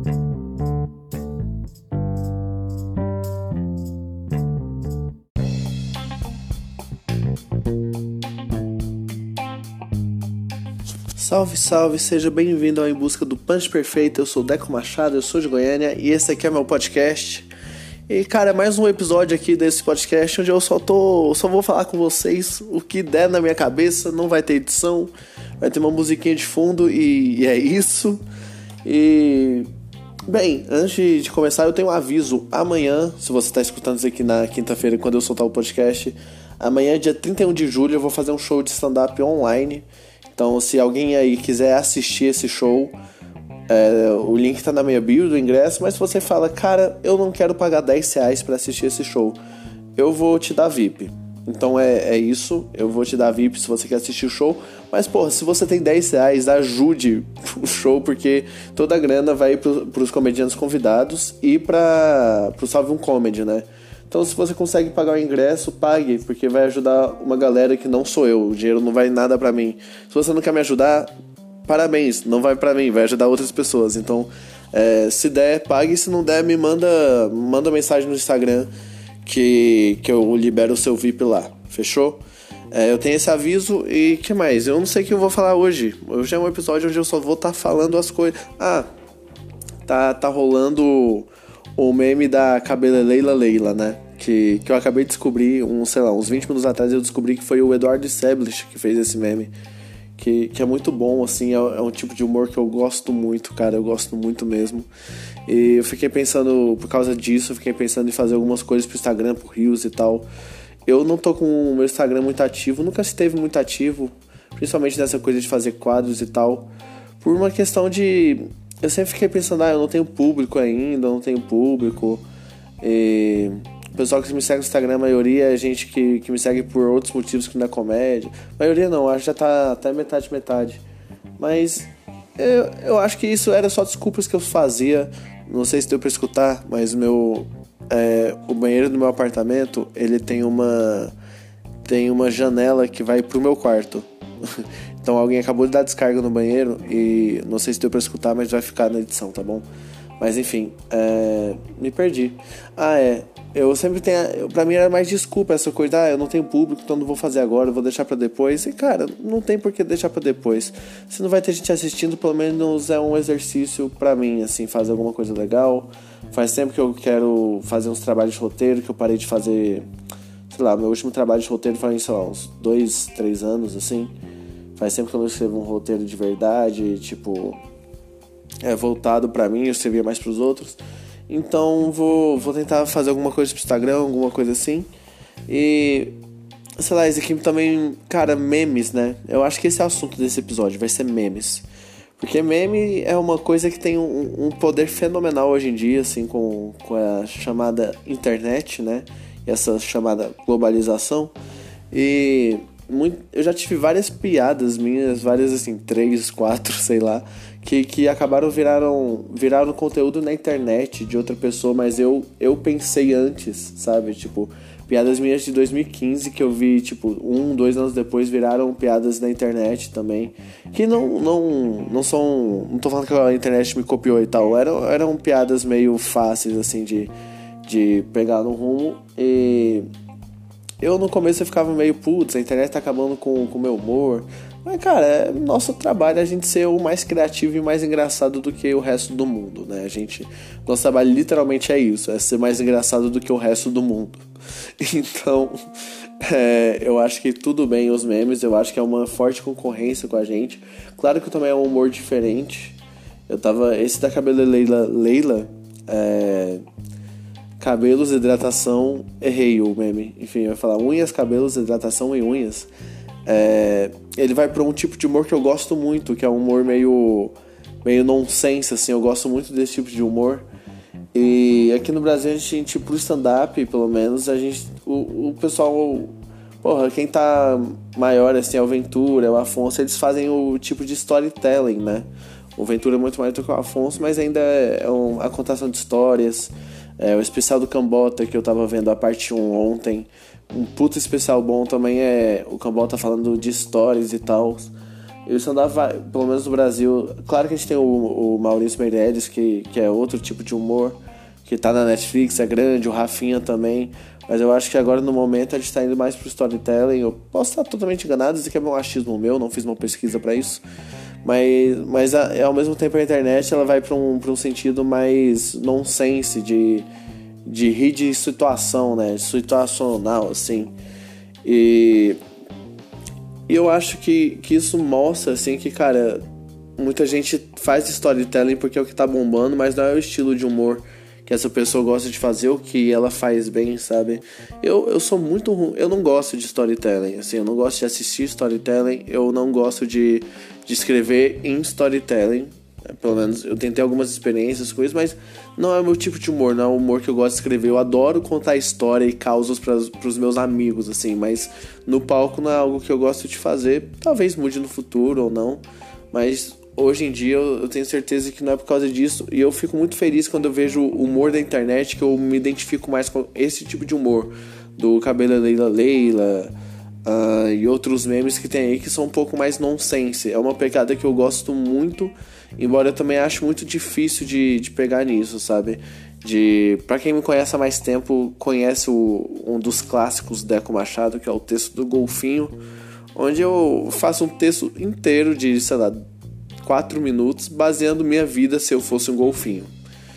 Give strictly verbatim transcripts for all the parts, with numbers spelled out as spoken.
Salve, salve, seja bem-vindo ao Em Busca do Punch Perfeito. Eu sou o Deco Machado, eu sou de Goiânia e esse aqui é meu podcast. E cara, mais um episódio aqui desse podcast onde eu só tô, só vou falar com vocês o que der na minha cabeça. Não vai ter edição, vai ter uma musiquinha de fundo e, e é isso. E bem, antes de começar eu tenho um aviso. Amanhã, se você tá escutando isso aqui na quinta-feira quando eu soltar o podcast, amanhã, dia trinta e um de julho, eu vou fazer um show de stand-up online. Então, se alguém aí quiser assistir esse show, é, o link tá na minha bio do ingresso. Mas se você fala, cara, eu não quero pagar dez reais pra assistir esse show, eu vou te dar V I P. Então é, é isso, eu vou te dar V I P se você quer assistir o show. Mas, porra, se você tem dez reais, ajude o show, porque toda a grana vai pro, pros comediantes convidados e pra, pro Salve um Comedy, né? Então, se você consegue pagar o ingresso, pague, porque vai ajudar uma galera que não sou eu. O dinheiro não vai nada pra mim. Se você não quer me ajudar, parabéns, não vai pra mim, vai ajudar outras pessoas. Então, é, se der, pague. Se não der, me manda, manda mensagem no Instagram que, que eu libero o seu V I P lá. Fechou? É, eu tenho esse aviso e que mais? Eu não sei o que eu vou falar hoje. Hoje é um episódio onde eu só vou estar tá falando as coisas. Ah, tá, tá rolando o meme da Cabeleleila Leila, né? Que, que eu acabei de descobrir, um, sei lá, uns vinte minutos atrás eu descobri que foi o Eduardo Stablish que fez esse meme. Que, que é muito bom, assim, é, é um tipo de humor que eu gosto muito, cara, eu gosto muito mesmo. E eu fiquei pensando, por causa disso, eu fiquei pensando em fazer algumas coisas pro Instagram, pro Reels e tal. Eu não tô com o meu Instagram muito ativo, nunca esteve muito ativo, principalmente nessa coisa de fazer quadros e tal, por uma questão de... Eu sempre fiquei pensando, ah, eu não tenho público ainda, eu não tenho público. E o pessoal que me segue no Instagram, a maioria é gente que, que me segue por outros motivos que não é comédia. A maioria não, acho que já tá até metade, metade. Mas eu, eu acho que isso era só desculpas que eu fazia. Não sei se deu pra escutar, mas o meu... É, o banheiro do meu apartamento, ele tem uma... Tem uma janela que vai pro meu quarto. Então alguém acabou de dar descarga no banheiro e não sei se deu pra escutar, mas vai ficar na edição, tá bom? Mas enfim, é... me perdi. Ah, é, eu sempre tenho... Pra mim era mais desculpa essa coisa, ah, eu não tenho público, então não vou fazer agora, eu vou deixar pra depois. E cara, não tem por que deixar pra depois. Se não vai ter gente assistindo, pelo menos é um exercício pra mim, assim, fazer alguma coisa legal. Faz tempo que eu quero fazer uns trabalhos de roteiro, que eu parei de fazer... Sei lá, meu último trabalho de roteiro foi, sei lá, uns dois, três anos, assim. Faz tempo que eu não escrevo um roteiro de verdade, tipo, é voltado pra mim, eu escrevia mais pros outros. Então vou, vou tentar fazer alguma coisa pro Instagram, alguma coisa assim. E, sei lá, esse aqui também, cara, memes, né? Eu acho que esse é o assunto desse episódio, vai ser memes. Porque meme é uma coisa que tem um, um poder fenomenal hoje em dia, assim, com, com a chamada internet, né? E essa chamada globalização. E... Muito, eu já tive várias piadas minhas, várias assim, três, quatro, sei lá, que, que acabaram viraram, viraram conteúdo na internet de outra pessoa, mas eu, eu pensei antes, sabe? Tipo, piadas minhas de dois mil e quinze que eu vi, tipo, um, dois anos depois viraram piadas na internet também, que não, não, não são, não tô falando que a internet me copiou e tal, eram, eram piadas meio fáceis, assim, de, de pegar no rumo. E... Eu no começo eu ficava meio, putz, a internet tá acabando com o meu humor. Mas cara, é nosso trabalho a gente ser o mais criativo e mais engraçado do que o resto do mundo, né? A gente, nosso trabalho literalmente é isso, é ser mais engraçado do que o resto do mundo. Então, é, eu acho que tudo bem os memes, eu acho que é uma forte concorrência com a gente. Claro que também é um humor diferente. Eu tava, esse da Cabeleleila Leila, é... Cabelos, hidratação, errei o meme. Enfim, eu ia falar unhas, cabelos, hidratação e unhas. É, ele vai pra um tipo de humor que eu gosto muito, que é um humor meio, meio nonsense, assim. Eu gosto muito desse tipo de humor. E aqui no Brasil, a gente, pro stand-up, pelo menos, a gente, o, o pessoal... Porra, quem tá maior, assim, é o Ventura, é o Afonso. Eles fazem o tipo de storytelling, né? O Ventura é muito mais do que o Afonso, mas ainda é um, a contação de histórias... É, o especial do Cambota, que eu tava vendo a parte um ontem. Um puto especial bom também é... O Cambota falando de stories e tal. Isso andava, pelo menos no Brasil. Claro que a gente tem o, o Maurício Meirelles, que, que é outro tipo de humor, que tá na Netflix, é grande, o Rafinha também. Mas eu acho que agora no momento a gente tá indo mais pro storytelling. Eu posso estar totalmente enganado, isso aqui é um achismo meu, não fiz uma pesquisa pra isso. Mas, mas a, ao mesmo tempo a internet ela vai pra um, pra um sentido mais nonsense, de, de rir de situação, né? Situacional, assim. E eu acho que, que isso mostra, assim, que, cara, muita gente faz storytelling porque é o que tá bombando, mas não é o estilo de humor que essa pessoa gosta de fazer, o que ela faz bem, sabe? Eu, eu sou muito ruim, eu não gosto de storytelling, assim, eu não gosto de assistir storytelling, eu não gosto de, de escrever em storytelling, pelo menos eu tentei algumas experiências com isso, mas não é o meu tipo de humor, não é o humor que eu gosto de escrever. Eu adoro contar história e causas para os meus amigos, assim, mas no palco não é algo que eu gosto de fazer. Talvez mude no futuro ou não, mas hoje em dia eu, eu tenho certeza que não é por causa disso. E eu fico muito feliz quando eu vejo o humor da internet, que eu me identifico mais com esse tipo de humor, do Cabelo Leila Leila, uh, e outros memes que tem aí que são um pouco mais nonsense. É uma pegada que eu gosto muito, embora eu também acho muito difícil de, de pegar nisso, sabe? De, pra quem me conhece há mais tempo, conhece o, um dos clássicos do Deco Machado, que é o texto do Golfinho, onde eu faço um texto inteiro de, sei lá, quatro minutos, baseando minha vida se eu fosse um golfinho.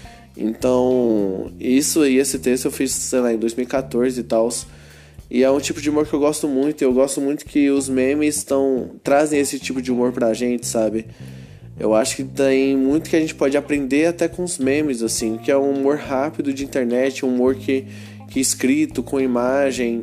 Então, isso e esse texto eu fiz, sei lá, em dois mil e catorze e tal. E é um tipo de humor que eu gosto muito. E eu gosto muito que os memes tão, trazem esse tipo de humor pra gente, sabe? Eu acho que tem muito que a gente pode aprender até com os memes, assim, que é um humor rápido de internet, um humor que, que escrito, com imagem.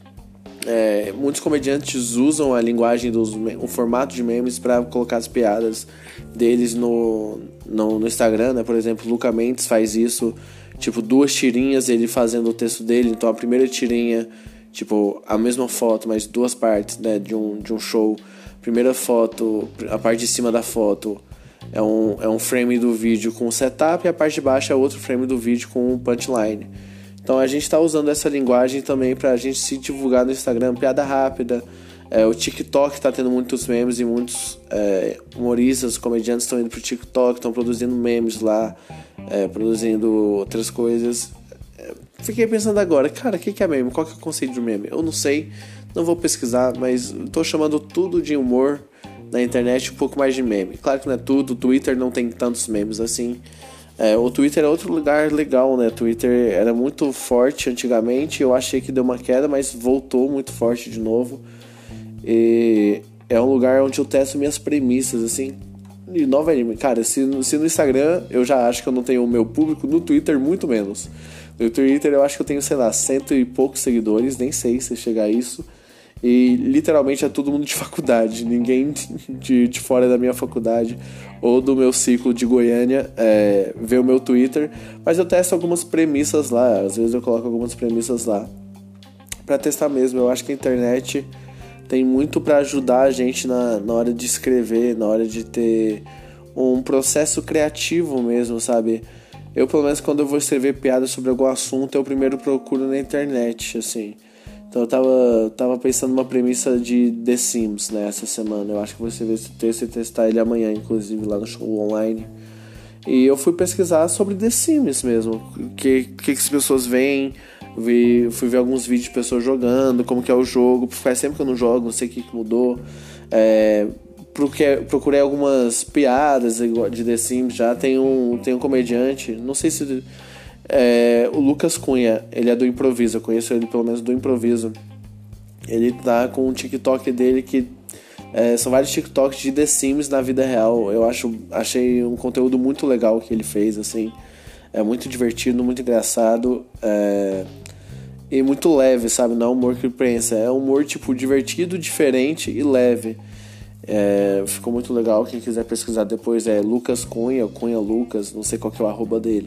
É, muitos comediantes usam a linguagem, dos, o formato de memes para colocar as piadas deles no, no, no Instagram, né? Por exemplo, o Luca Mendes faz isso, tipo, duas tirinhas ele fazendo o texto dele. Então a primeira tirinha, tipo, a mesma foto, mas duas partes, né, de um, de um show. Primeira foto, a parte de cima da foto é um, é um frame do vídeo com o setup, e a parte de baixo é outro frame do vídeo com o punchline. Então a gente está usando essa linguagem também para a gente se divulgar no Instagram, piada rápida. É, o TikTok está tendo muitos memes e muitos é, humoristas, comediantes estão indo pro TikTok, estão produzindo memes lá, é, produzindo outras coisas. É, fiquei pensando agora, cara, o que, que é meme? Qual que é o conceito de meme? Eu não sei. Não vou pesquisar, mas estou chamando tudo de humor na internet um pouco mais de meme. Claro que não é tudo, o Twitter não tem tantos memes assim. É, o Twitter é outro lugar legal, né? O Twitter era muito forte antigamente, eu achei que deu uma queda, mas voltou muito forte de novo. E é um lugar onde eu testo minhas premissas, assim. E nova anime, cara, se, se no Instagram eu já acho que eu não tenho o meu público, no Twitter muito menos. No Twitter eu acho que eu tenho, sei lá, cento e poucos seguidores, nem sei se chegar a isso. E literalmente é todo mundo de faculdade, ninguém de, de fora da minha faculdade ou do meu ciclo de Goiânia é, vê o meu Twitter, mas eu testo algumas premissas lá, às vezes eu coloco algumas premissas lá pra testar mesmo. Eu acho que a internet tem muito pra ajudar a gente na, na hora de escrever, na hora de ter um processo criativo mesmo, sabe? Eu, pelo menos, quando eu vou escrever piada sobre algum assunto, eu primeiro procuro na internet, assim. Então eu tava, tava pensando numa premissa de The Sims, né, essa semana. Eu acho que vou escrever esse texto e testar ele amanhã, inclusive, lá no show online. E eu fui pesquisar sobre The Sims mesmo. O que, que, que as pessoas veem. Vi, fui ver alguns vídeos de pessoas jogando, como que é o jogo. Faz tempo que eu não jogo, não sei o que, que mudou. É, procurei algumas piadas de The Sims já. Tem um, tem um comediante, não sei se... É, o Lucas Cunha, ele é do Improviso, eu conheço ele pelo menos do Improviso. Ele tá com um TikTok dele que é, são vários TikToks de The Sims na vida real. Eu acho, achei um conteúdo muito legal que ele fez, assim. É muito divertido, muito engraçado, é, e muito leve, sabe? Não é um humor que pensa, é um humor tipo divertido, diferente e leve. É, ficou muito legal. Quem quiser pesquisar depois é Lucas Cunha, Cunha Lucas, não sei qual que é o arroba dele.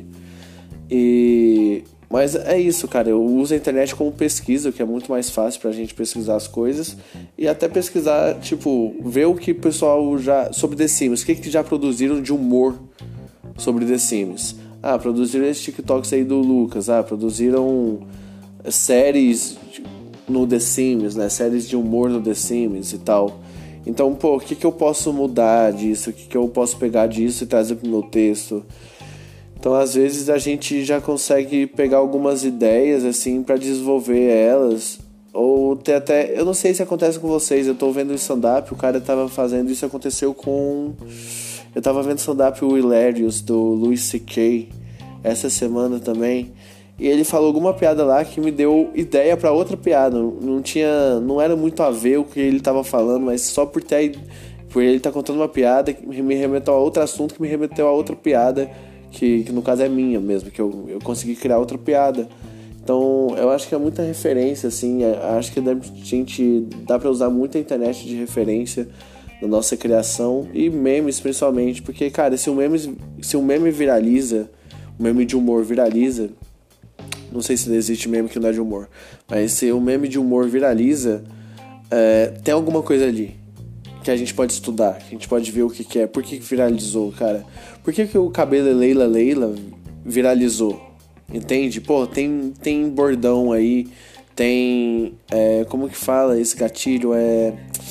E... Mas é isso, cara, eu uso a internet como pesquisa, o que é muito mais fácil pra gente pesquisar as coisas. E até pesquisar, tipo, ver o que o pessoal já... Sobre The Sims, o que que já produziram de humor sobre The Sims. Ah, produziram esse TikToks aí do Lucas. Ah, produziram séries no The Sims, né, séries de humor no The Sims e tal. Então, pô, o que, que eu posso mudar disso? O que, que eu posso pegar disso e trazer pro meu texto? Então, às vezes, a gente já consegue pegar algumas ideias, assim, para desenvolver elas. Ou ter até... Eu não sei se acontece com vocês. Eu tô vendo o stand-up, o cara tava fazendo... Isso aconteceu com... Eu tava vendo o stand-up o Hilarious, do Louis C K, essa semana também. E ele falou alguma piada lá que me deu ideia pra outra piada. Não tinha... Não era muito a ver o que ele tava falando, mas só por ter... Por ele tá contando uma piada que me remeteu a outro assunto, que me remeteu a outra piada... Que, que no caso é minha mesmo, que eu, eu consegui criar outra piada. Então eu acho que é muita referência, assim. Acho que a gente dá pra usar muita internet de referência na nossa criação. E memes principalmente, porque, cara, se um meme, se um meme viraliza, um meme de humor viraliza, não sei se existe meme que não é de humor, mas se um meme de humor viraliza, é, tem alguma coisa ali que a gente pode estudar, que a gente pode ver o que, que é, por que, que viralizou, cara. Por que, que o cabelo Leila Leila viralizou? Entende? Pô, tem, tem bordão aí, tem... É, como que fala esse gatilho? É...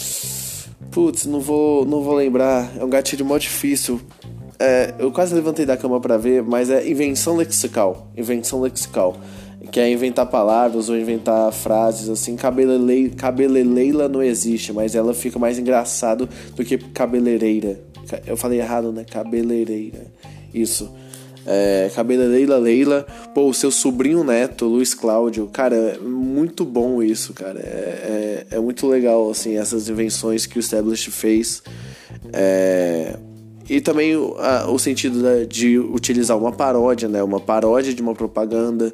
Putz, não vou, não vou lembrar. É um gatilho mó difícil. É, eu quase levantei da cama pra ver, mas é invenção lexical. Invenção lexical. Que é inventar palavras ou inventar frases, assim. Cabelele... Cabeleleila não existe, mas ela fica mais engraçado do que cabeleireira. Eu falei errado, né? Cabeleireira. Isso. É, Cabeleleila Leila. Pô, o seu sobrinho neto, Luiz Cláudio. Cara, é muito bom isso, cara. É, é, é muito legal, assim, essas invenções que o Established fez. É... E também a, o sentido de utilizar uma paródia, né? Uma paródia de uma propaganda.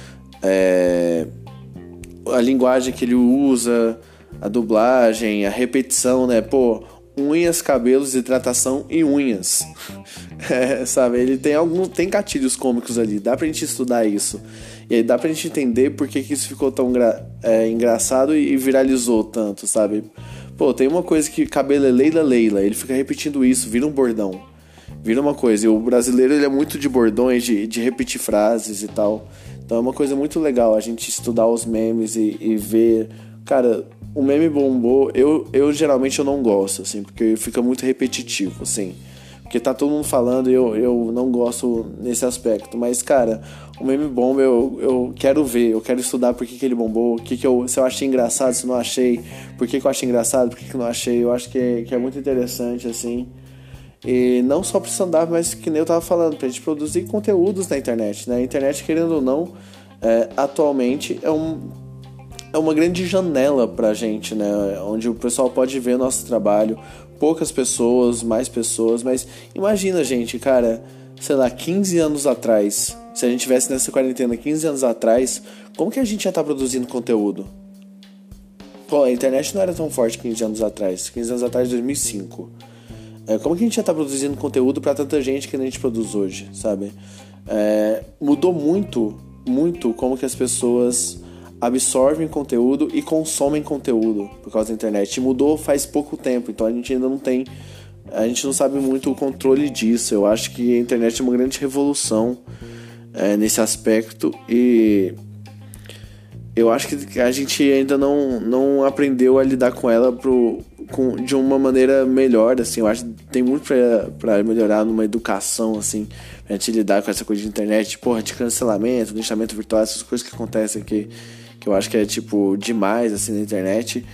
É, a linguagem que ele usa, a dublagem, a repetição, né? Pô, unhas, cabelos, hidratação e unhas. É, sabe? Ele tem alguns, tem gatilhos cômicos ali, dá pra gente estudar isso. E aí dá pra gente entender por que, que isso ficou tão gra, é, engraçado e viralizou tanto, sabe? Pô, tem uma coisa que cabelo é Leila Leila, ele fica repetindo isso, vira um bordão. Vira uma coisa, e o brasileiro ele é muito de bordões, de, de repetir frases e tal. Então é uma coisa muito legal a gente estudar os memes e, e ver... Cara, o meme bombou, eu, eu geralmente eu não gosto, assim, porque fica muito repetitivo, assim. Porque tá todo mundo falando e eu, eu não gosto nesse aspecto. Mas, cara, o meme bomba eu, eu quero ver, eu quero estudar por que, que ele bombou, que que eu, se eu achei engraçado, se não achei, por que, que eu achei engraçado, por que, que eu não achei. Eu acho que é, que é muito interessante, assim. E não só pro stand-up, mas que nem eu tava falando, pra gente produzir conteúdos na internet, né? A internet, querendo ou não, é, atualmente é, um, é uma grande janela pra gente, né? Onde o pessoal pode ver nosso trabalho, poucas pessoas, mais pessoas, mas imagina, gente, cara, sei lá, quinze anos atrás, se a gente tivesse nessa quarentena quinze anos atrás, como que a gente ia estar produzindo conteúdo? Pô, a internet não era tão forte quinze anos atrás, quinze anos atrás, dois mil e cinco. É, como que a gente já tá produzindo conteúdo pra tanta gente que a gente produz hoje, sabe? É, mudou muito, muito como que as pessoas absorvem conteúdo e consomem conteúdo por causa da internet. E mudou faz pouco tempo, então a gente ainda não tem... A gente não sabe muito o controle disso. Eu acho que a internet é uma grande revolução é, nesse aspecto e... Eu acho que a gente ainda não, não aprendeu a lidar com ela pro, com, de uma maneira melhor, assim. Eu acho que tem muito pra, pra melhorar numa educação, assim, pra gente lidar com essa coisa de internet, porra, de cancelamento, linchamento virtual, essas coisas que acontecem aqui, que eu acho que é, tipo, demais, assim, na internet.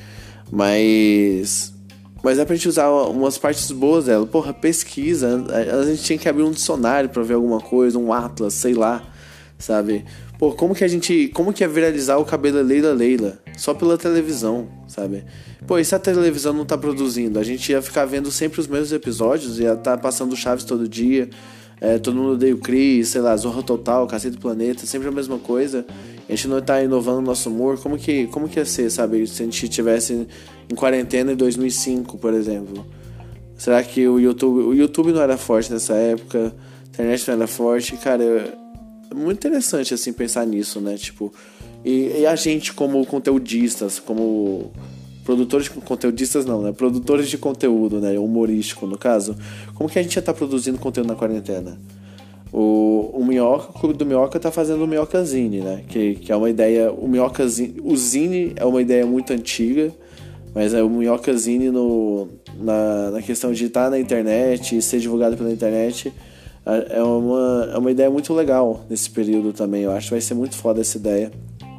Mas... Mas é pra gente usar umas partes boas dela. Porra, pesquisa. A gente tinha que abrir um dicionário pra ver alguma coisa, um atlas, sei lá, sabe? Pô, como que a gente... Como que é viralizar o cabelo Leila Leila? Só pela televisão, sabe? Pô, e se a televisão não tá produzindo? A gente ia ficar vendo sempre os mesmos episódios, ia tá passando Chaves todo dia, é, Todo Mundo Odeia o Chris, sei lá, Zorra Total, Cacete do Planeta, sempre a mesma coisa. A gente não tá inovando o nosso humor. Como que, como que ia ser, sabe? Se a gente tivesse em quarentena em dois mil e cinco, por exemplo. Será que o YouTube... O YouTube não era forte nessa época, a internet não era forte, cara... Eu, é muito interessante, assim, pensar nisso, né? Tipo, e, e a gente como conteudistas, como produtores de conteudistas não, né? Produtores de conteúdo, né? Humorístico, no caso. Como que a gente já tá produzindo conteúdo na quarentena? O, o Minhoca, o Clube do Minhoca tá fazendo o Minhoca Zine, né? Que, que é uma ideia... O Minhoca Zine, o Zine é uma ideia muito antiga, Mas é o Minhocazine no, na, na questão de estar na internet e ser divulgado pela internet é uma, é uma ideia muito legal nesse período também. Eu acho que vai ser muito foda essa ideia.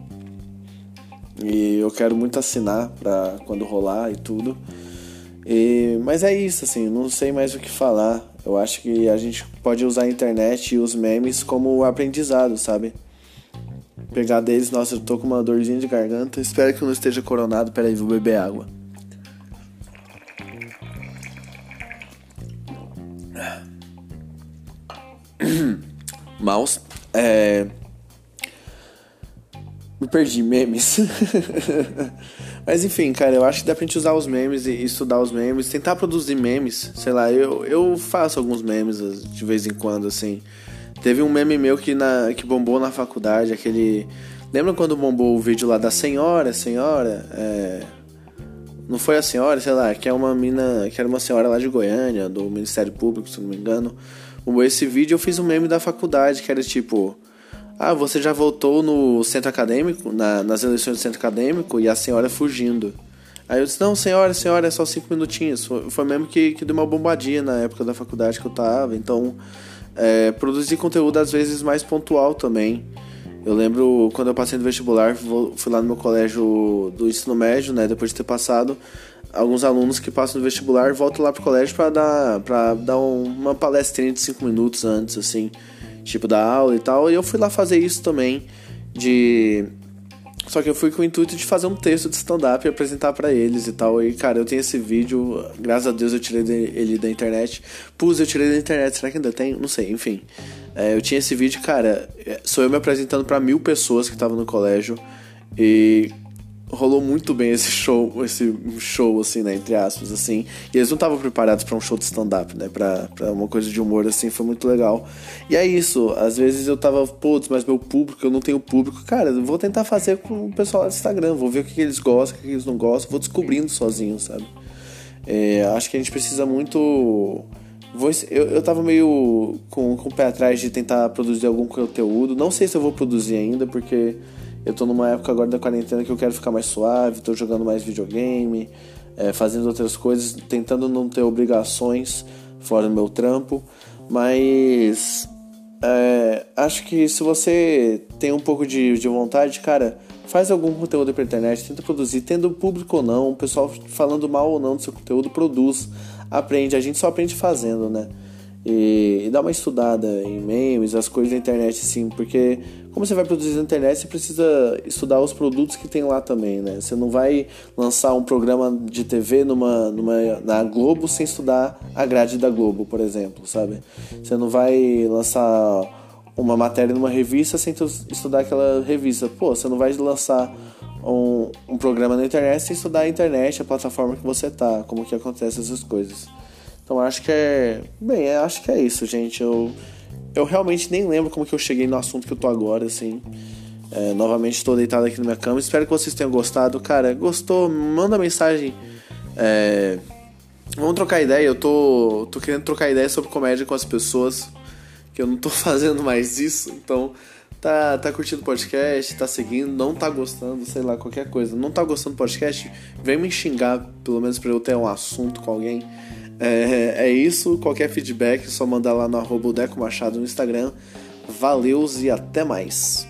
E eu quero muito assinar pra quando rolar e tudo. E, mas é isso, assim, não sei mais o que falar. Eu acho que a gente pode usar a internet e os memes como aprendizado, sabe? Pegar deles, nossa, eu tô com uma dorzinha de garganta. Espero que eu não esteja coronado. Peraí, vou beber água. Mouse. É... Me perdi, memes. Mas enfim, cara, eu acho que dá pra gente usar os memes e estudar os memes, tentar produzir memes, sei lá, eu, eu faço alguns memes de vez em quando, assim. Teve um meme meu que, na, que bombou na faculdade, aquele... Lembra quando bombou o vídeo lá da senhora, senhora? É... Não foi a senhora, sei lá, que é uma mina, que era uma senhora lá de Goiânia, do Ministério Público, se não me engano. Bombou esse vídeo, eu fiz um meme da faculdade, que era tipo... Ah, você já voltou no centro acadêmico, na, nas eleições do centro acadêmico, e a senhora fugindo. Aí eu disse, não, senhora, senhora, é só cinco minutinhos. Foi, foi mesmo que, que deu uma bombadinha na época da faculdade que eu tava. Então, é, produzir conteúdo às vezes mais pontual também. Eu lembro quando eu passei no vestibular, fui lá no meu colégio do ensino médio, né, depois de ter passado. Alguns alunos que passam no vestibular voltam lá pro colégio pra dar, pra dar um, uma palestrinha de cinco minutos antes, assim, tipo da aula e tal, e eu fui lá fazer isso também, de... Só que eu fui com o intuito de fazer um texto de stand-up e apresentar pra eles e tal, e cara, eu tenho esse vídeo, graças a Deus eu tirei ele da internet. Pus, eu tirei da internet, será que ainda tem? Não sei, enfim. É, eu tinha esse vídeo, cara, sou eu me apresentando pra mil pessoas que estavam no colégio, e... rolou muito bem esse show, esse show, assim, né, entre aspas, assim, e eles não estavam preparados pra um show de stand-up, né, pra, pra uma coisa de humor, assim, foi muito legal. E é isso, às vezes eu tava, putz, mas meu público, eu não tenho público, cara, eu vou tentar fazer com o pessoal lá do Instagram, vou ver o que, que eles gostam, o que, que eles não gostam, vou descobrindo sozinho, sabe. É, acho que a gente precisa muito... Vou, eu, eu tava meio com, com o pé atrás de tentar produzir algum conteúdo, não sei se eu vou produzir ainda, porque... Eu tô numa época agora da quarentena que eu quero ficar mais suave, tô jogando mais videogame, é, fazendo outras coisas, tentando não ter obrigações fora do meu trampo, mas é, acho que se você tem um pouco de, de vontade, cara, faz algum conteúdo pra internet, tenta produzir, tendo público ou não, o pessoal falando mal ou não do seu conteúdo, produz, aprende, a gente só aprende fazendo, né? E, e dá uma estudada em memes, as coisas da internet, sim, porque como você vai produzir na internet, você precisa estudar os produtos que tem lá também, né? Você não vai lançar um programa de T V numa, numa, na Globo sem estudar a grade da Globo, por exemplo, sabe? Você não vai lançar uma matéria numa revista sem estudar aquela revista. Pô, você não vai lançar um, um programa na internet sem estudar a internet, a plataforma que você tá, como que acontece essas coisas. Então acho que é... Bem, acho que é isso, gente. Eu, eu realmente nem lembro como que eu cheguei no assunto que eu tô agora, assim. É, novamente estou deitado aqui na minha cama. Espero que vocês tenham gostado. Cara, gostou? Manda mensagem. É, vamos trocar ideia. Eu tô, tô querendo trocar ideia sobre comédia com as pessoas, que eu não tô fazendo mais isso. Então, tá, tá curtindo o podcast, tá seguindo, não tá gostando, sei lá, qualquer coisa. Não tá gostando do podcast? Vem me xingar, pelo menos pra eu ter um assunto com alguém. É, é isso, qualquer feedback é só mandar lá no arroba Deco Machado no Instagram. Valeus e até mais.